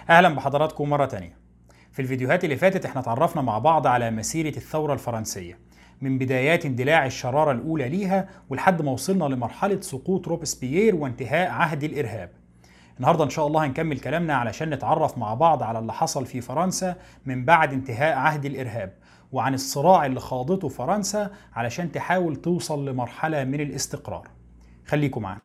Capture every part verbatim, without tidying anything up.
أهلا بحضراتكم مرة تانية. في الفيديوهات اللي فاتت احنا اتعرفنا مع بعض على مسيرة الثورة الفرنسية من بدايات اندلاع الشرارة الأولى ليها ولحد ما وصلنا لمرحلة سقوط روبسبيير وانتهاء عهد الإرهاب. النهاردة إن شاء الله هنكمل كلامنا علشان نتعرف مع بعض على اللي حصل في فرنسا من بعد انتهاء عهد الإرهاب وعن الصراع اللي خاضته فرنسا علشان تحاول توصل لمرحلة من الاستقرار. خليكم معانا.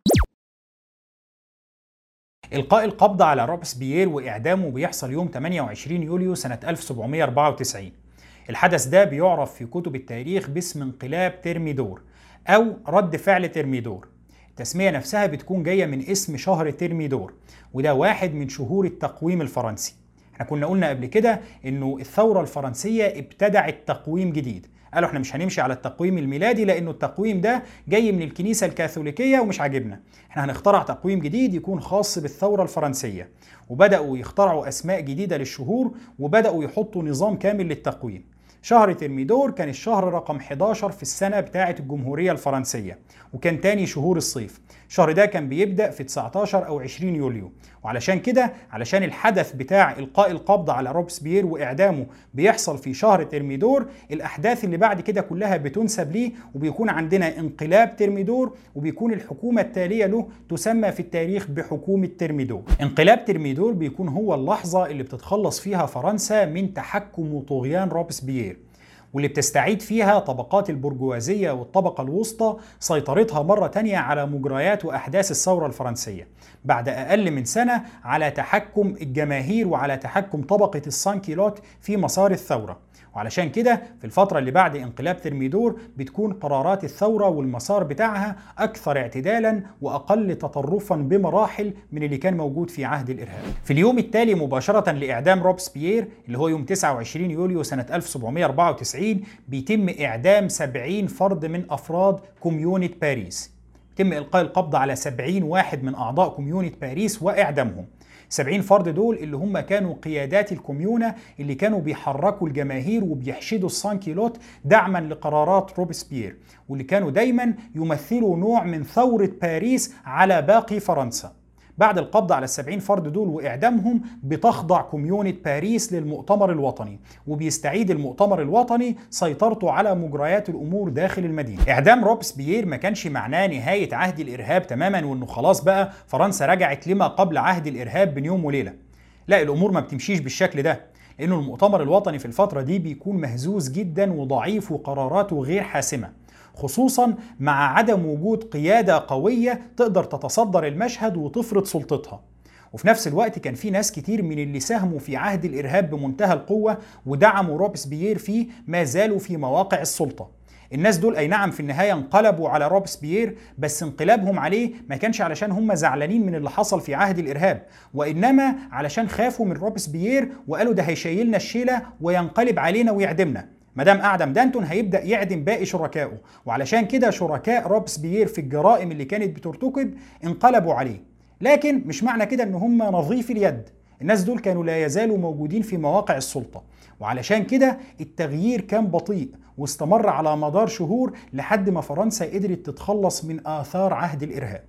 إلقاء القبض على روبسبيير وإعدامه بيحصل يوم ثمانية وعشرين يوليو سنة ألف وسبعمائة وأربعة وتسعين. الحدث ده بيعرف في كتب التاريخ باسم انقلاب ترميدور أو رد فعل ترميدور. التسمية نفسها بتكون جاية من اسم شهر ترميدور، وده واحد من شهور التقويم الفرنسي. احنا كنا قلنا قبل كده انه الثورة الفرنسية ابتدعت تقويم جديد، قالوا احنا مش هنمشي على التقويم الميلادي لانه التقويم ده جاي من الكنيسة الكاثوليكية ومش عاجبنا، احنا هنخترع تقويم جديد يكون خاص بالثورة الفرنسية. وبدأوا يخترعوا اسماء جديدة للشهور وبدأوا يحطوا نظام كامل للتقويم. شهر ترميدور كان الشهر رقم إحدى عشر في السنة بتاعة الجمهورية الفرنسية، وكان تاني شهور الصيف. الشهر ده كان بيبدأ في تسعة عشر أو عشرين يوليو، وعلشان كده علشان الحدث بتاع إلقاء القبض على روبسبيير وإعدامه بيحصل في شهر ترميدور، الأحداث اللي بعد كده كلها بتنسب ليه، وبيكون عندنا انقلاب ترميدور، وبيكون الحكومة التالية له تسمى في التاريخ بحكومة ترميدور. انقلاب ترميدور بيكون هو اللحظة اللي بتتخلص فيها فرنسا من تحكم وطغيان روبسبيير، واللي بتستعيد فيها طبقات البرجوازية والطبقة الوسطى سيطرتها مرة تانية على مجريات وأحداث الثورة الفرنسية بعد أقل من سنة على تحكم الجماهير وعلى تحكم طبقة السانكيلوت في مسار الثورة. وعلشان كده في الفترة اللي بعد انقلاب ترميدور بتكون قرارات الثورة والمسار بتاعها أكثر اعتدالا وأقل تطرفا بمراحل من اللي كان موجود في عهد الإرهاب. في اليوم التالي مباشرة لإعدام روبسبيير اللي هو يوم تسعة وعشرين يوليو سنة ألف وسبعمائة وأربعة وتسعين بيتم إعدام سبعين فرد من أفراد كوميونة باريس. يتم إلقاء القبض على سبعين واحد من أعضاء كوميونة باريس وإعدامهم. سبعين فرد دول اللي هم كانوا قيادات الكوميونة اللي كانوا بيحركوا الجماهير وبيحشدوا السانكيلوت دعما لقرارات روبسبيير، واللي كانوا دايما يمثلوا نوع من ثورة باريس على باقي فرنسا. بعد القبض على السبعين فرد دول وإعدامهم بتخضع كوميونة باريس للمؤتمر الوطني، وبيستعيد المؤتمر الوطني سيطرته على مجريات الأمور داخل المدينة. إعدام روبسبيير ما كانش معناه نهاية عهد الإرهاب تماما وإنه خلاص بقى فرنسا رجعت لما قبل عهد الإرهاب بين يوم وليلة. لا، الأمور ما بتمشيش بالشكل ده، لأنه المؤتمر الوطني في الفترة دي بيكون مهزوز جدا وضعيف وقراراته غير حاسمة، خصوصا مع عدم وجود قيادة قوية تقدر تتصدر المشهد وتفرض سلطتها. وفي نفس الوقت كان في ناس كتير من اللي ساهموا في عهد الإرهاب بمنتهى القوة ودعموا روبسبيير فيه ما زالوا في مواقع السلطة. الناس دول أي نعم في النهاية انقلبوا على روبسبيير، بس انقلابهم عليه ما كانش علشان هم زعلانين من اللي حصل في عهد الإرهاب، وإنما علشان خافوا من روبسبيير وقالوا ده هيشيلنا الشيلة وينقلب علينا ويعدمنا. مدام أعدم دانتون هيبدأ يعدم باقي شركائه، وعلشان كده شركاء روبسبيير في الجرائم اللي كانت بترتكب انقلبوا عليه. لكن مش معنى كده ان هم نظيف اليد، الناس دول كانوا لا يزالوا موجودين في مواقع السلطة، وعلشان كده التغيير كان بطيء واستمر على مدار شهور لحد ما فرنسا قدرت تتخلص من آثار عهد الإرهاب.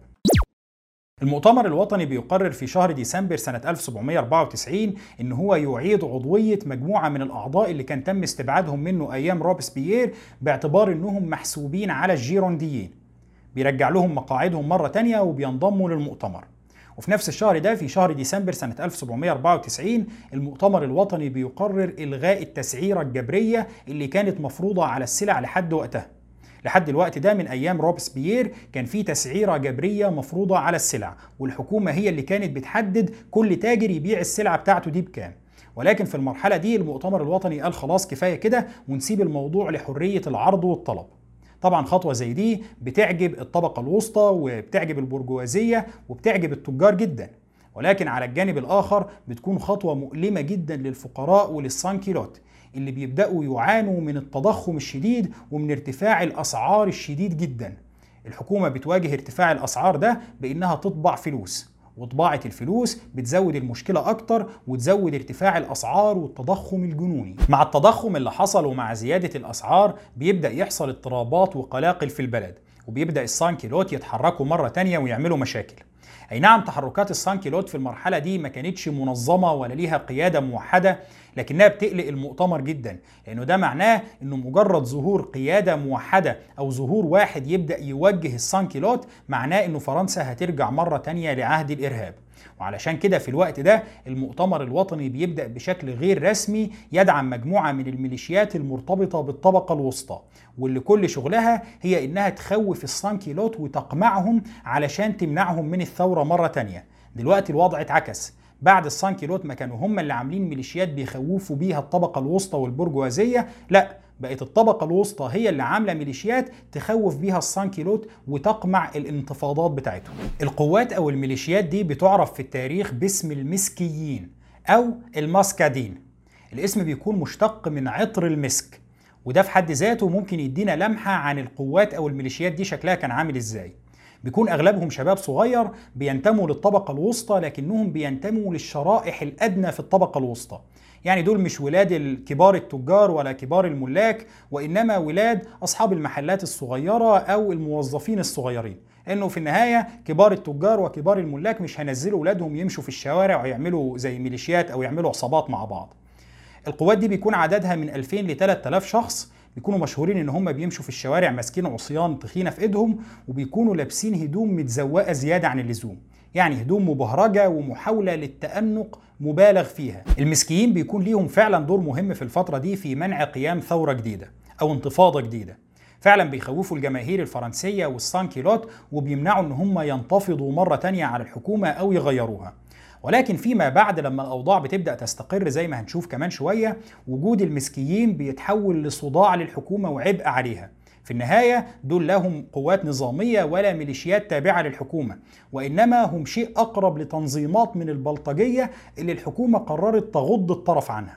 المؤتمر الوطني بيقرر في شهر ديسمبر سنة ألف وسبعمائة وأربعة وتسعين إن هو يعيد عضوية مجموعة من الأعضاء اللي كان تم استبعادهم منه أيام روبسبيير باعتبار إنهم محسوبين على الجيرونديين. بيرجع لهم مقاعدهم مرة تانية وبينضموا للمؤتمر. وفي نفس الشهر ده في شهر ديسمبر سنة ألف وسبعمائة وأربعة وتسعين المؤتمر الوطني بيقرر إلغاء التسعيرة الجبرية اللي كانت مفروضة على السلع لحد وقتها. لحد الوقت ده من أيام روبسبيير كان في تسعيرة جبرية مفروضة على السلع، والحكومة هي اللي كانت بتحدد كل تاجر يبيع السلعة بتاعته دي بكام. ولكن في المرحلة دي المؤتمر الوطني قال خلاص كفاية كده ونسيب الموضوع لحرية العرض والطلب. طبعا خطوة زي دي بتعجب الطبقة الوسطى وبتعجب البرجوازية وبتعجب التجار جدا، ولكن على الجانب الآخر بتكون خطوة مؤلمة جدا للفقراء وللسانكيلوت اللي بيبدأوا يعانوا من التضخم الشديد ومن ارتفاع الأسعار الشديد جدا. الحكومة بتواجه ارتفاع الأسعار ده بإنها تطبع فلوس، وطباعة الفلوس بتزود المشكلة أكتر وتزود ارتفاع الأسعار والتضخم الجنوني. مع التضخم اللي حصل ومع زيادة الأسعار بيبدأ يحصل اضطرابات وقلاقل في البلد، وبيبدأ السانكيلوت يتحركوا مرة تانية ويعملوا مشاكل. أي نعم تحركات السانكيلوت في المرحلة دي ما كانتش منظمة ولا ليها قيادة موحدة، لكنها بتقلق المؤتمر جدا، لأنه ده معناه أنه مجرد ظهور قيادة موحدة أو ظهور واحد يبدأ يوجه السانكيلوت معناه أنه فرنسا هترجع مرة تانية لعهد الإرهاب. وعلشان كده في الوقت ده المؤتمر الوطني بيبدأ بشكل غير رسمي يدعم مجموعة من الميليشيات المرتبطة بالطبقة الوسطى، واللي كل شغلها هي إنها تخوف السانكيلوت وتقمعهم علشان تمنعهم من الثورة مرة تانية. دلوقتي الوضع اتعكس، بعد السانكيلوت ما كانوا هم اللي عاملين ميليشيات بيخوفوا بيها الطبقة الوسطى والبرجوازية، لا بقت الطبقة الوسطى هي اللي عاملة ميليشيات تخوف بيها السانكيلوت وتقمع الانتفاضات بتاعتهم. القوات أو الميليشيات دي بتعرف في التاريخ باسم المسكيين أو الماسكادين. الاسم بيكون مشتق من عطر المسك، وده في حد ذاته ممكن يدينا لمحة عن القوات أو الميليشيات دي شكلها كان عامل إزاي. بيكون أغلبهم شباب صغير بينتموا للطبقة الوسطى، لكنهم بينتموا للشرائح الأدنى في الطبقة الوسطى. يعني دول مش ولاد الكبار التجار ولا كبار الملاك، وإنما ولاد أصحاب المحلات الصغيرة أو الموظفين الصغيرين، إنه في النهاية كبار التجار وكبار الملاك مش هينزلوا ولادهم يمشوا في الشوارع ويعملوا زي ميليشيات أو يعملوا عصابات مع بعض. القوات دي بيكون عددها من ألفين ل ثلاثة آلاف شخص، بيكونوا مشهورين ان هم بيمشوا في الشوارع ماسكين عصيان تخينه في ايدهم، وبيكونوا لابسين هدوم متزوقه زياده عن اللزوم، يعني هدوم مبهرجه ومحاوله للتأنق مبالغ فيها. المسكيين بيكون ليهم فعلا دور مهم في الفتره دي في منع قيام ثوره جديده او انتفاضه جديده. فعلا بيخوفوا الجماهير الفرنسيه والسانكيلوت وبيمنعوا ان هم ينتفضوا مره تانية على الحكومه او يغيروها. ولكن فيما بعد لما الأوضاع بتبدأ تستقر زي ما هنشوف كمان شوية، وجود المسكيين بيتحول لصداع للحكومة وعبء عليها. في النهاية دول لهم قوات نظامية ولا ميليشيات تابعة للحكومة، وإنما هم شيء أقرب لتنظيمات من البلطجية اللي الحكومة قررت تغض الطرف عنها.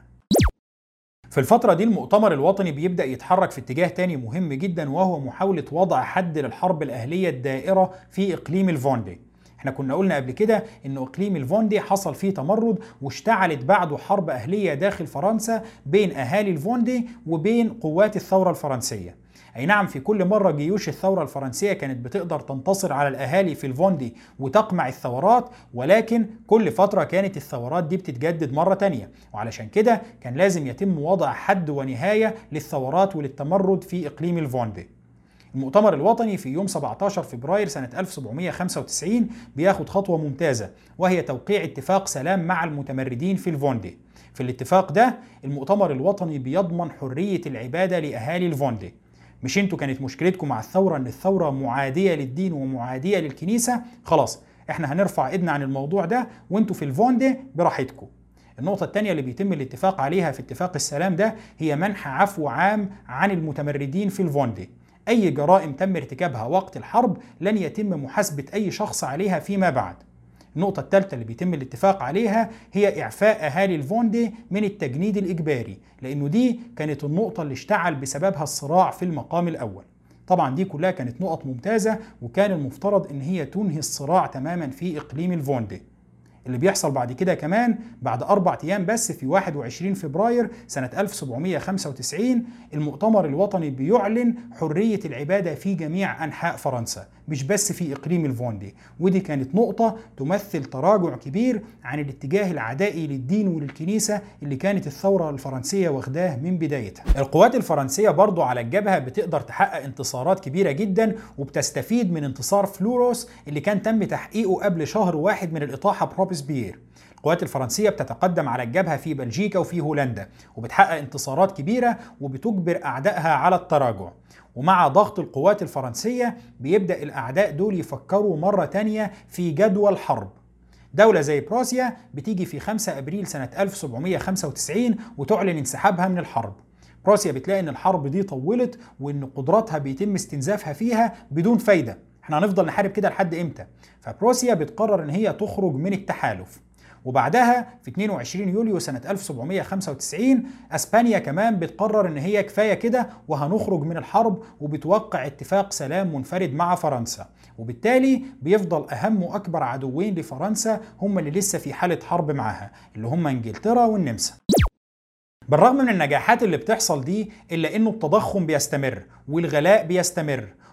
في الفترة دي المؤتمر الوطني بيبدأ يتحرك في اتجاه تاني مهم جدا، وهو محاولة وضع حد للحرب الأهلية الدائرة في إقليم الفوندي. احنا كنا قلنا قبل كده ان اقليم الفوندي حصل فيه تمرد، واشتعلت بعده حرب اهليه داخل فرنسا بين اهالي الفوندي وبين قوات الثوره الفرنسيه. اي نعم في كل مره جيوش الثوره الفرنسيه كانت بتقدر تنتصر على الاهالي في الفوندي وتقمع الثورات، ولكن كل فتره كانت الثورات دي بتتجدد مره تانية، وعلشان كده كان لازم يتم وضع حد ونهايه للثورات وللتمرد في اقليم الفوندي. المؤتمر الوطني في يوم سبعة عشر فبراير سنة ألف وسبعمائة وخمسة وتسعين بياخد خطوة ممتازة، وهي توقيع اتفاق سلام مع المتمردين في الفوندي. في الاتفاق ده المؤتمر الوطني بيضمن حرية العبادة لأهالي الفوندي. مش انتوا كانت مشكلتكم مع الثورة ان الثورة معادية للدين ومعادية للكنيسة؟ خلاص احنا هنرفع ايدنا عن الموضوع ده، وانتوا في الفوندي براحتكم. النقطة الثانية اللي بيتم الاتفاق عليها في اتفاق السلام ده هي منح عفو عام عن المتمردين في الفوندي. أي جرائم تم ارتكابها وقت الحرب لن يتم محاسبة أي شخص عليها فيما بعد. النقطة الثالثة اللي بيتم الاتفاق عليها هي إعفاء أهالي الفوندي من التجنيد الإجباري، لأنه دي كانت النقطة اللي اشتعل بسببها الصراع في المقام الأول. طبعا دي كلها كانت نقط ممتازة، وكان المفترض إن هي تنهي الصراع تماما في إقليم الفوندي. اللي بيحصل بعد كده كمان بعد أربع أيام بس في واحد وعشرين فبراير سنة ألف وسبعمائة وخمسة وتسعين المؤتمر الوطني بيعلن حرية العبادة في جميع أنحاء فرنسا، مش بس في إقليم الفوندي، ودي كانت نقطة تمثل تراجع كبير عن الاتجاه العدائي للدين وللكنيسة اللي كانت الثورة الفرنسية واخداه من بدايتها. القوات الفرنسية برضو على الجبهة بتقدر تحقق انتصارات كبيرة جدا، وبتستفيد من انتصار فلوروس اللي كان تم تحقيقه قبل شهر واحد من الإطاحة بروبسبيير. القوات الفرنسية بتتقدم على الجبهة في بلجيكا وفي هولندا، وبتحقق انتصارات كبيرة وبتجبر أعدائها على التراجع. ومع ضغط القوات الفرنسية بيبدأ الأعداء دول يفكروا مرة تانية في جدوى الحرب. دولة زي بروسيا بتيجي في خمسة أبريل سنة ألف وسبعمائة وخمسة وتسعين وتعلن انسحابها من الحرب. بروسيا بتلاقي ان الحرب دي طولت وان قدراتها بيتم استنزافها فيها بدون فايدة، احنا هنفضل نحارب كده لحد امتى؟ فبروسيا بتقرر ان هي تخرج من التحالف. وبعدها في اثنين وعشرين يوليو سنة ألف وسبعمائة وخمسة وتسعين اسبانيا كمان بتقرر ان هي كفاية كده وهنخرج من الحرب، وبتوقع اتفاق سلام منفرد مع فرنسا. وبالتالي بيفضل اهم واكبر عدوين لفرنسا هم اللي لسه في حالة حرب معاها، اللي هم انجلترا والنمسا. بالرغم من النجاحات اللي بتحصل دي إلا إنه التضخم بيستمر والغلاء بيستمر،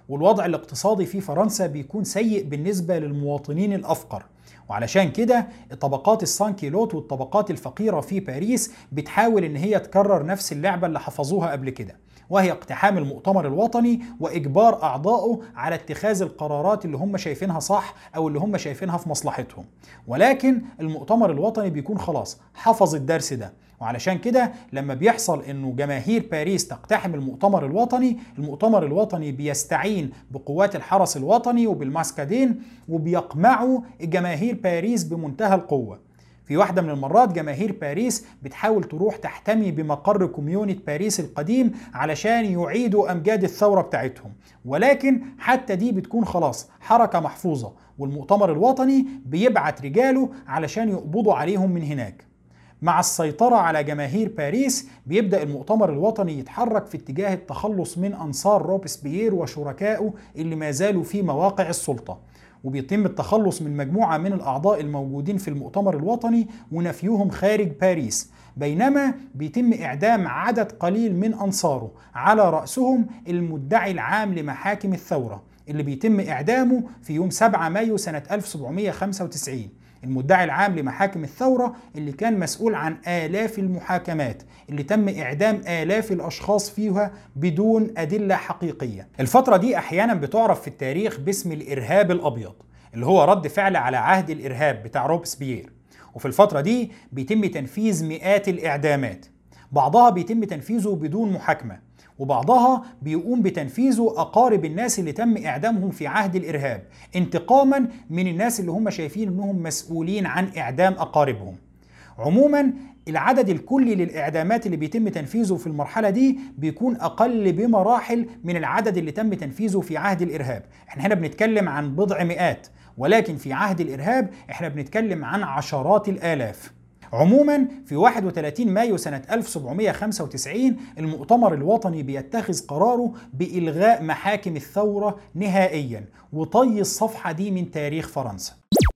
والوضع الاقتصادي في فرنسا بيكون سيء بالنسبة للمواطنين الأفقر، وعلشان كده الطبقات السانكيلوت والطبقات الفقيرة في باريس بتحاول إن هي تكرر نفس اللعبة اللي حفظوها قبل كده، وهي اقتحام المؤتمر الوطني وإجبار أعضائه على اتخاذ القرارات اللي هم شايفينها صح أو اللي هم شايفينها في مصلحتهم. ولكن المؤتمر الوطني بيكون خلاص حفظ الدرس ده، وعلشان كده لما بيحصل انه جماهير باريس تقتحم المؤتمر الوطني، المؤتمر الوطني بيستعين بقوات الحرس الوطني وبالماسكادين وبيقمعوا جماهير باريس بمنتهى القوة. في واحدة من المرات جماهير باريس بتحاول تروح تحتمي بمقر كوميونة باريس القديم علشان يعيدوا أمجاد الثورة بتاعتهم، ولكن حتى دي بتكون خلاص حركة محفوظة، والمؤتمر الوطني بيبعت رجاله علشان يقبضوا عليهم من هناك. مع السيطرة على جماهير باريس بيبدأ المؤتمر الوطني يتحرك في اتجاه التخلص من أنصار روبسبيير وشركائه اللي ما زالوا في مواقع السلطة، وبيتم التخلص من مجموعة من الأعضاء الموجودين في المؤتمر الوطني ونفيهم خارج باريس، بينما بيتم إعدام عدد قليل من أنصاره على رأسهم المدعي العام لمحاكم الثورة اللي بيتم إعدامه في يوم سبعة مايو سنة ألف وسبعمائة وخمسة وتسعين. المدعي العام لمحاكم الثورة اللي كان مسؤول عن آلاف المحاكمات اللي تم إعدام آلاف الأشخاص فيها بدون أدلة حقيقية. الفترة دي أحيانا بتعرف في التاريخ باسم الإرهاب الأبيض، اللي هو رد فعل على عهد الإرهاب بتاع روبسبيير. وفي الفترة دي بيتم تنفيذ مئات الإعدامات، بعضها بيتم تنفيذه بدون محاكمة، وبعضها بيقوم بتنفيذه أقارب الناس اللي تم إعدامهم في عهد الإرهاب انتقاما من الناس اللي هم شايفين أنهم مسؤولين عن إعدام أقاربهم. عموما العدد الكلي للإعدامات اللي بيتم تنفيذه في المرحلة دي بيكون أقل بمراحل من العدد اللي تم تنفيذه في عهد الإرهاب. احنا هنا بنتكلم عن بضع مئات، ولكن في عهد الإرهاب احنا بنتكلم عن عشرات الآلاف. عموما في واحد وثلاثين مايو سنة ألف وسبعمائة وخمسة وتسعين المؤتمر الوطني بيتخذ قراره بإلغاء محاكم الثورة نهائيا وطي الصفحة دي من تاريخ فرنسا.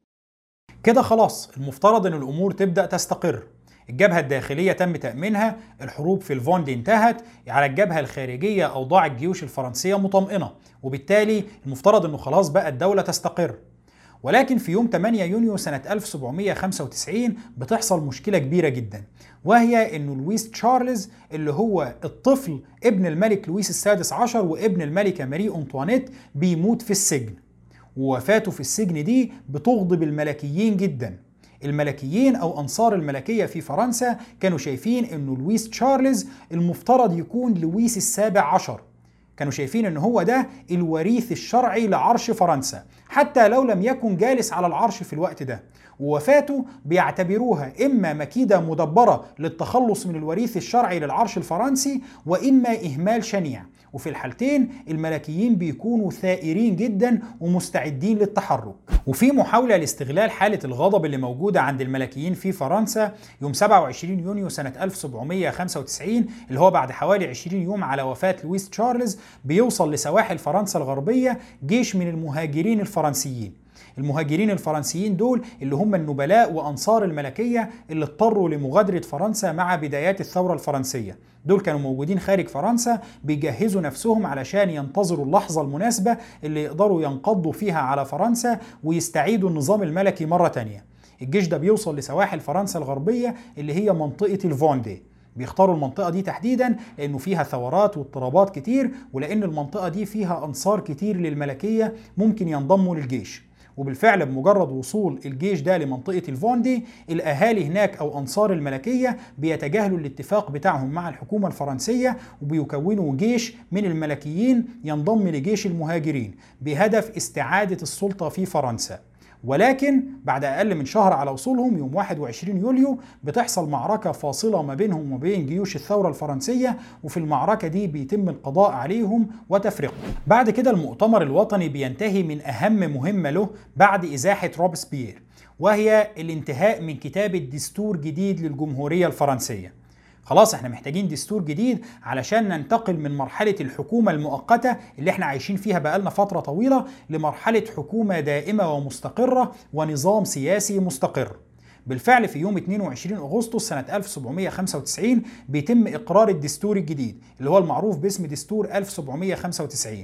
كده خلاص المفترض ان الامور تبدأ تستقر. الجبهة الداخلية تم تأمينها، الحروب في الفوندي انتهت، على الجبهة الخارجية أوضاع الجيوش الفرنسية مطمئنة، وبالتالي المفترض انه خلاص بقى الدولة تستقر. ولكن في يوم ثمانية يونيو سنة ألف وسبعمائة وخمسة وتسعين بتحصل مشكلة كبيرة جدا، وهي انه لويس تشارلز اللي هو الطفل ابن الملك لويس السادس عشر وابن الملكة ماري أنطوانيت بيموت في السجن، ووفاته في السجن دي بتغضب الملكيين جدا. الملكيين أو أنصار الملكية في فرنسا كانوا شايفين انه لويس تشارلز المفترض يكون لويس السابع عشر، كانوا شايفين ان هو ده الوريث الشرعي لعرش فرنسا حتى لو لم يكن جالس على العرش في الوقت ده، ووفاته بيعتبروها إما مكيدة مدبرة للتخلص من الوريث الشرعي للعرش الفرنسي، وإما إهمال شنيع، وفي الحالتين الملكيين بيكونوا ثائرين جدا ومستعدين للتحرك. وفي محاولة لاستغلال حالة الغضب اللي موجودة عند الملكيين في فرنسا يوم سبعة وعشرين يونيو سنة ألف وسبعمائة وخمسة وتسعين اللي هو بعد حوالي عشرين يوم على وفاة لويس تشارلز، بيوصل لسواحل فرنسا الغربية جيش من المهاجرين الفرنسيين. المهاجرين الفرنسيين دول اللي هم النبلاء وأنصار الملكية اللي اضطروا لمغادرة فرنسا مع بدايات الثورة الفرنسية، دول كانوا موجودين خارج فرنسا بيجهزوا نفسهم علشان ينتظروا اللحظة المناسبة اللي يقدروا ينقضوا فيها على فرنسا ويستعيدوا النظام الملكي مرة تانية. الجيش ده بيوصل لسواحل فرنسا الغربية اللي هي منطقة الفوندي. بيختاروا المنطقة دي تحديدا لأنه فيها ثورات واضطرابات كتير، ولأن المنطقة دي فيها أنصار كتير للملكية ممكن ينضموا للجيش. وبالفعل بمجرد وصول الجيش ده لمنطقة الفوندي، الأهالي هناك أو أنصار الملكية بيتجاهلوا الاتفاق بتاعهم مع الحكومة الفرنسية وبيكونوا جيش من الملكيين ينضم لجيش المهاجرين بهدف استعادة السلطة في فرنسا. ولكن بعد أقل من شهر على وصولهم يوم واحد وعشرين يوليو بتحصل معركة فاصلة ما بينهم وبين جيوش الثورة الفرنسية، وفي المعركة دي بيتم القضاء عليهم وتفريقهم. بعد كده المؤتمر الوطني بينتهي من أهم مهمة له بعد إزاحة روبسبيير، وهي الانتهاء من كتابة دستور جديد للجمهورية الفرنسية. خلاص احنا محتاجين دستور جديد علشان ننتقل من مرحلة الحكومة المؤقتة اللي احنا عايشين فيها بقالنا فترة طويلة لمرحلة حكومة دائمة ومستقرة ونظام سياسي مستقر. بالفعل في يوم اثنين وعشرين أغسطس سنة ألف وسبعمائة وخمسة وتسعين بيتم إقرار الدستور الجديد اللي هو المعروف باسم دستور ألف وسبعمائة وخمسة وتسعين،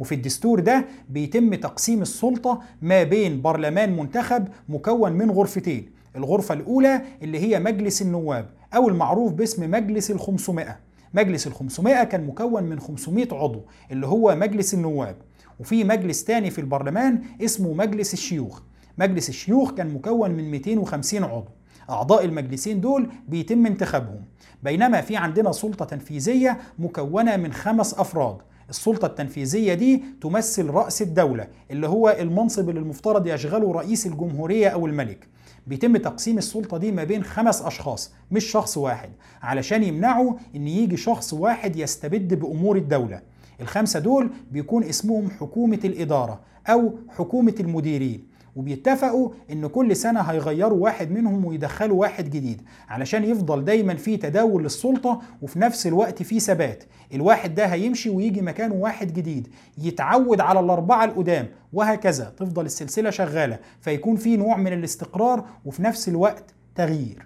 وفي الدستور ده بيتم تقسيم السلطة ما بين برلمان منتخب مكون من غرفتين. الغرفة الأولى اللي هي مجلس النواب أو المعروف باسم مجلس الخمسمائة. مجلس الخمسمائة كان مكون من خمسمائة عضو اللي هو مجلس النواب. وفي مجلس تاني في البرلمان اسمه مجلس الشيوخ. مجلس الشيوخ كان مكون من مئتين وخمسين عضو. أعضاء المجلسين دول بيتم انتخابهم. بينما في عندنا سلطة تنفيذية مكونة من خمس أفراد. السلطة التنفيذية دي تمثل رأس الدولة اللي هو المنصب اللي المفترض يشغله رئيس الجمهورية أو الملك. بيتم تقسيم السلطة دي ما بين خمس أشخاص مش شخص واحد، علشان يمنعوا إن يجي شخص واحد يستبد بأمور الدولة. الخمسة دول بيكون اسمهم حكومة الإدارة أو حكومة المديرين، وبيتفقوا ان كل سنة هيغيروا واحد منهم ويدخلوا واحد جديد علشان يفضل دايما في تداول للسلطة وفي نفس الوقت في ثبات. الواحد ده هيمشي ويجي مكانه واحد جديد يتعود على الأربعة القدام، وهكذا تفضل السلسلة شغالة، فيكون في نوع من الاستقرار وفي نفس الوقت تغيير.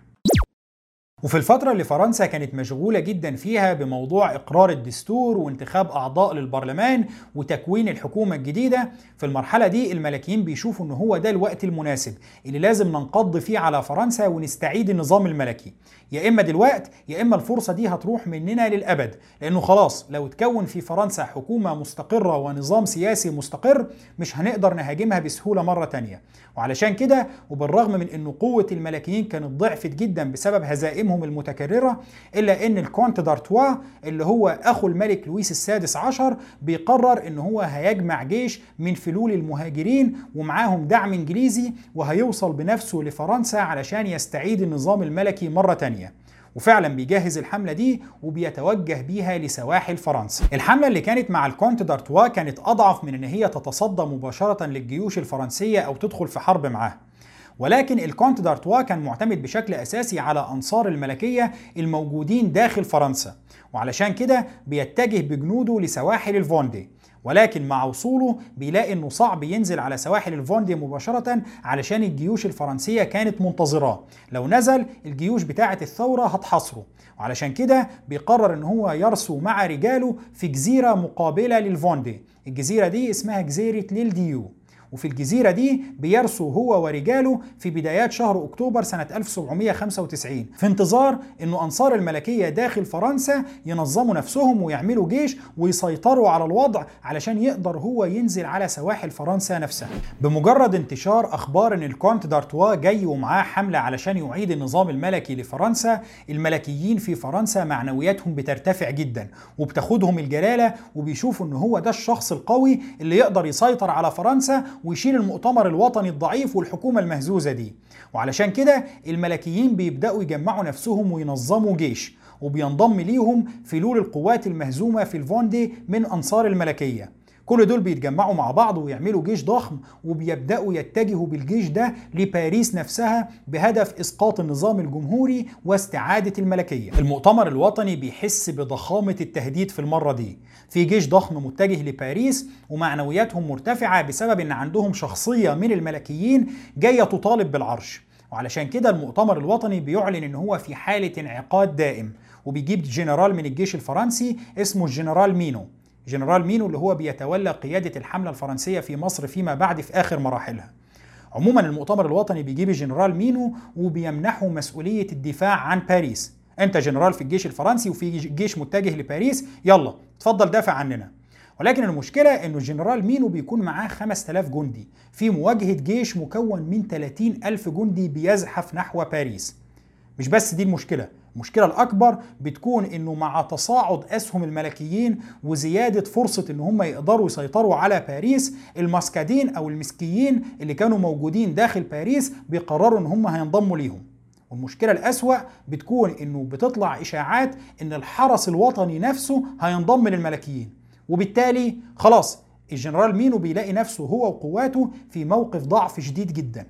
وفي الفترة اللي فرنسا كانت مشغولة جدا فيها بموضوع إقرار الدستور وانتخاب أعضاء للبرلمان وتكوين الحكومة الجديدة، في المرحلة دي الملكيين بيشوفوا إن هو ده الوقت المناسب اللي لازم ننقض فيه على فرنسا ونستعيد النظام الملكي. يا إما دلوقت يا إما الفرصة دي هتروح مننا للأبد، لأنه خلاص لو اتكون في فرنسا حكومة مستقرة ونظام سياسي مستقر مش هنقدر نهاجمها بسهولة مرة تانية. وعلشان كده وبالرغم من إن قوة الملكيين كانت ضعفت جدا بسبب هزائمهم المتكررة، إلا إن الكونت دارتوا اللي هو أخو الملك لويس السادس عشر بيقرر إن هو هيجمع جيش من فلول المهاجرين ومعاهم دعم إنجليزي، وهيوصل بنفسه لفرنسا علشان يستعيد النظام الملكي مرة تانية. وفعلا بيجهز الحملة دي وبيتوجه بيها لسواحل فرنسا. الحملة اللي كانت مع الكونت دارتوا كانت أضعف من إن هي تتصدى مباشرة للجيوش الفرنسية أو تدخل في حرب معاها، ولكن الكونت دارتوا كان معتمد بشكل أساسي على أنصار الملكية الموجودين داخل فرنسا، وعلشان كده بيتجه بجنوده لسواحل الفوندي. ولكن مع وصوله بيلاقي انه صعب ينزل على سواحل الفوندي مباشرة علشان الجيوش الفرنسية كانت منتظراه، لو نزل الجيوش بتاعة الثورة هتحاصره. وعلشان كده بيقرر ان هو يرسو مع رجاله في جزيرة مقابلة للفوندي. الجزيرة دي اسمها جزيرة ليل ديو، وفي الجزيرة دي بيرسو هو ورجاله في بدايات شهر أكتوبر سنة ألف وسبعمائة وخمسة وتسعين في انتظار أنه أنصار الملكية داخل فرنسا ينظموا نفسهم ويعملوا جيش ويسيطروا على الوضع علشان يقدر هو ينزل على سواحل فرنسا نفسها. بمجرد انتشار أخبار أن الكونت دارتوا جاي ومعاه حملة علشان يعيد النظام الملكي لفرنسا، الملكيين في فرنسا معنوياتهم بترتفع جدا وبتاخدهم الجلالة، وبيشوفوا أنه هو ده الشخص القوي اللي يقدر يسيطر على فرنسا ويشيل المؤتمر الوطني الضعيف والحكومة المهزوزة دي. وعلشان كده الملكيين بيبدأوا يجمعوا نفسهم وينظموا جيش، وبينضم ليهم فلول القوات المهزومة في الفوندي من أنصار الملكية. كل دول بيتجمعوا مع بعض ويعملوا جيش ضخم، وبيبدأوا يتجهوا بالجيش ده لباريس نفسها بهدف إسقاط النظام الجمهوري واستعادة الملكية. المؤتمر الوطني بيحس بضخامة التهديد في المرة دي، في جيش ضخم متجه لباريس ومعنوياتهم مرتفعة بسبب إن عندهم شخصية من الملكيين جاية تطالب بالعرش. وعلشان كده المؤتمر الوطني بيعلن إن هو في حالة انعقاد دائم، وبيجيب جنرال من الجيش الفرنسي اسمه الجنرال مينو. جنرال مينو اللي هو بيتولى قيادة الحملة الفرنسية في مصر فيما بعد في آخر مراحلها. عموما المؤتمر الوطني بيجيب الجنرال مينو وبيمنحه مسؤولية الدفاع عن باريس. انت جنرال في الجيش الفرنسي وفي جيش متجه لباريس، يلا اتفضل دافع عننا. ولكن المشكلة انه الجنرال مينو بيكون معاه خمسة آلاف جندي في مواجهة جيش مكون من ثلاثين ألف جندي بيزحف نحو باريس. مش بس دي المشكلة، المشكلة الأكبر بتكون إنه مع تصاعد أسهم الملكيين وزيادة فرصة إن هم يقدروا يسيطروا على باريس، الماسكادين أو المسكيين اللي كانوا موجودين داخل باريس بيقرروا إن هم هينضموا ليهم. والمشكلة الأسوأ بتكون إنه بتطلع إشاعات إن الحرس الوطني نفسه هينضم للملكيين، وبالتالي خلاص الجنرال مينو بيلاقي نفسه هو وقواته في موقف ضعف شديد جدا.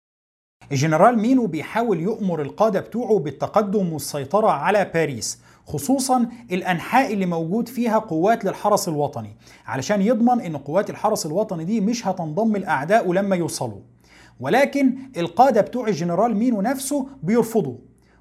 الجنرال مينو بيحاول يؤمر القادة بتوعه بالتقدم والسيطرة على باريس، خصوصا الأنحاء اللي موجود فيها قوات للحرس الوطني، علشان يضمن إن قوات الحرس الوطني دي مش هتنضم الأعداء لما يوصلوا. ولكن القادة بتوع الجنرال مينو نفسه بيرفضوا،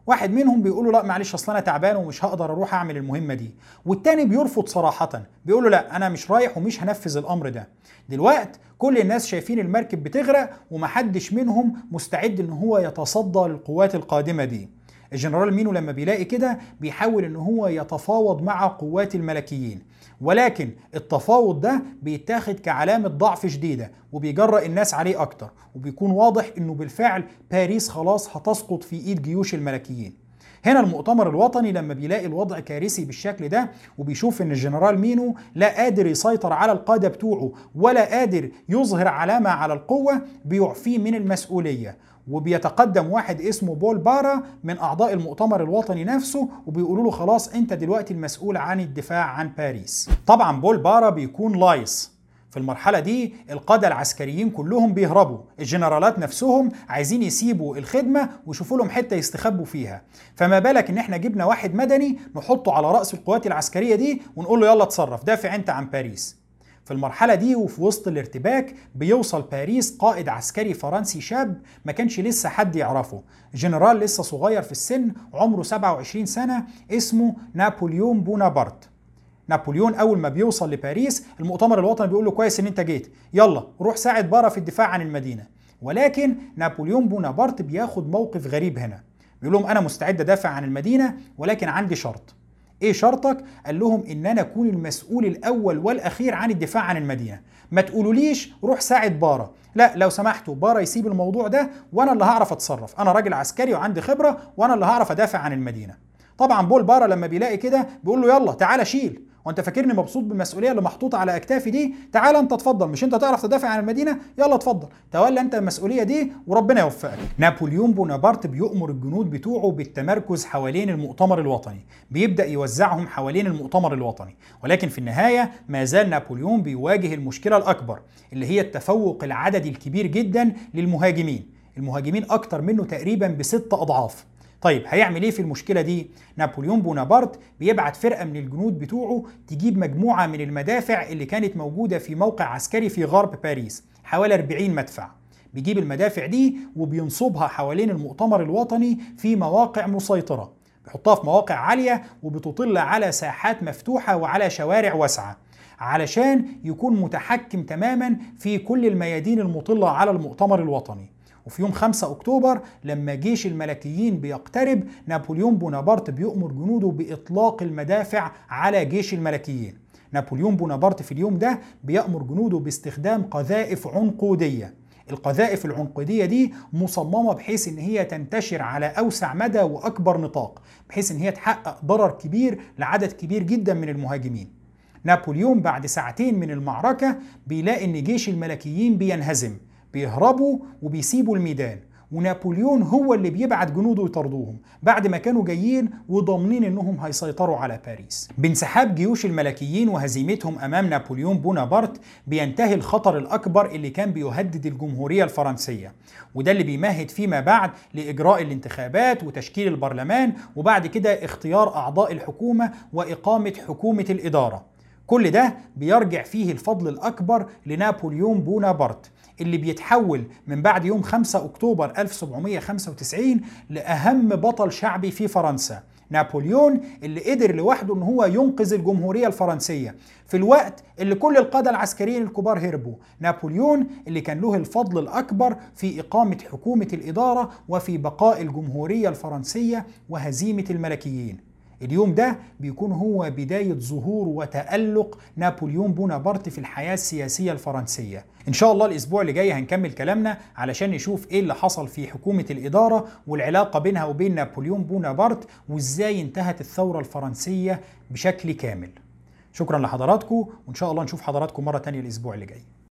واحد منهم بيقول له لا معلش اصل انا تعبان ومش هقدر اروح اعمل المهمه دي، والتاني بيرفض صراحه، بيقول له لا انا مش رايح ومش هنفذ الامر ده. دلوقتي كل الناس شايفين المركب بتغرق ومحدش منهم مستعد ان هو يتصدى للقوات القادمه دي. الجنرال مينو لما بيلاقي كده بيحاول ان هو يتفاوض مع قوات الملكيين، ولكن التفاوض ده بيتاخد كعلامة ضعف شديدة وبيجرأ الناس عليه اكتر، وبيكون واضح انه بالفعل باريس خلاص هتسقط في ايد جيوش الملكيين. هنا المؤتمر الوطني لما بيلاقي الوضع كارثي بالشكل ده وبيشوف ان الجنرال مينو لا قادر يسيطر على القادة بتوعه ولا قادر يظهر علامة على القوة، بيعفيه من المسؤولية. وبيتقدم واحد اسمه بول بارا من أعضاء المؤتمر الوطني نفسه وبيقولوا له خلاص أنت دلوقتي المسؤول عن الدفاع عن باريس. طبعا بول بارا بيكون لايص. في المرحلة دي القادة العسكريين كلهم بيهربوا، الجنرالات نفسهم عايزين يسيبوا الخدمة ويشوفوا لهم حتة يستخبوا فيها، فما بالك ان احنا جبنا واحد مدني نحطه على رأس القوات العسكرية دي ونقول له يلا اتصرف دافع انت عن باريس. في المرحلة دي وفي وسط الارتباك بيوصل باريس قائد عسكري فرنسي شاب ما كانش لسه حد يعرفه، جنرال لسه صغير في السن عمره سبعة وعشرين سنة اسمه نابليون بونابرت. نابليون اول ما بيوصل لباريس المؤتمر الوطني بيقول له كويس ان انت جيت، يلا روح ساعد بارا في الدفاع عن المدينة. ولكن نابليون بونابرت بياخد موقف غريب هنا، بيقول لهم انا مستعد ادافع عن المدينة ولكن عندي شرط. ايه شرطك؟ قال لهم ان انا اكون المسؤول الاول والاخير عن الدفاع عن المدينة، ما تقولوليش روح ساعد بارا، لا لو سمحتوا بارا يسيب الموضوع ده وانا اللي هعرف اتصرف، انا راجل عسكري وعندي خبرة وانا اللي هعرف ادافع عن المدينة. طبعا بول بارا لما بيلاقي كده بيقول له يلا تعالى شيل، وانت فاكرني مبسوط بالمسؤوليه اللي محطوطه على اكتافي دي؟ تعالى انت اتفضل، مش انت تعرف تدافع عن المدينه؟ يلا اتفضل تولى انت المسؤوليه دي وربنا يوفقك. نابليون بونابرت بيؤمر الجنود بتوعه بالتمركز حوالين المؤتمر الوطني، بيبدا يوزعهم حوالين المؤتمر الوطني، ولكن في النهايه ما زال نابليون بيواجه المشكله الاكبر اللي هي التفوق العددي الكبير جدا للمهاجمين، المهاجمين اكتر منه تقريبا بست اضعاف. طيب هيعمل ايه في المشكلة دي؟ نابليون بونابرت بيبعت فرقة من الجنود بتوعه تجيب مجموعة من المدافع اللي كانت موجودة في موقع عسكري في غرب باريس، حوالي أربعين مدفع. بيجيب المدافع دي وبينصبها حوالين المؤتمر الوطني في مواقع مسيطرة، بيحطها في مواقع عالية وبتطل على ساحات مفتوحة وعلى شوارع واسعة، علشان يكون متحكم تماما في كل الميادين المطلة على المؤتمر الوطني. وفي يوم خمسة أكتوبر لما جيش الملكيين بيقترب، نابليون بونابرت بيؤمر جنوده بإطلاق المدافع على جيش الملكيين. نابليون بونابرت في اليوم ده بيأمر جنوده باستخدام قذائف عنقودية. القذائف العنقودية دي مصممة بحيث ان هي تنتشر على أوسع مدى وأكبر نطاق، بحيث ان هي تحقق ضرر كبير لعدد كبير جدا من المهاجمين. نابليون بعد ساعتين من المعركة بيلاقي ان جيش الملكيين بينهزم، بيهربوا وبيسيبوا الميدان، ونابليون هو اللي بيبعت جنوده يطردوهم بعد ما كانوا جايين وضامنين انهم هيسيطروا على باريس. بانسحاب جيوش الملكيين وهزيمتهم امام نابليون بونابرت بينتهي الخطر الاكبر اللي كان بيهدد الجمهورية الفرنسية، وده اللي بيمهد فيما بعد لاجراء الانتخابات وتشكيل البرلمان وبعد كده اختيار اعضاء الحكومة واقامة حكومة الادارة. كل ده بيرجع فيه الفضل الأكبر لنابليون بونابرت اللي بيتحول من بعد يوم خمسة أكتوبر ألف وسبعمائة وخمسة وتسعين لأهم بطل شعبي في فرنسا. نابليون اللي قدر لوحده ان هو ينقذ الجمهورية الفرنسية في الوقت اللي كل القادة العسكريين الكبار هربوا، نابليون اللي كان له الفضل الأكبر في إقامة حكومة الإدارة وفي بقاء الجمهورية الفرنسية وهزيمة الملكيين. اليوم ده بيكون هو بداية ظهور وتألق نابليون بونابرت في الحياة السياسية الفرنسية. إن شاء الله الأسبوع اللي جاي هنكمل كلامنا علشان نشوف إيه اللي حصل في حكومة الإدارة والعلاقة بينها وبين نابليون بونابرت وإزاي انتهت الثورة الفرنسية بشكل كامل. شكرا لحضراتكم، وإن شاء الله نشوف حضراتكم مرة تانية الأسبوع اللي جاي.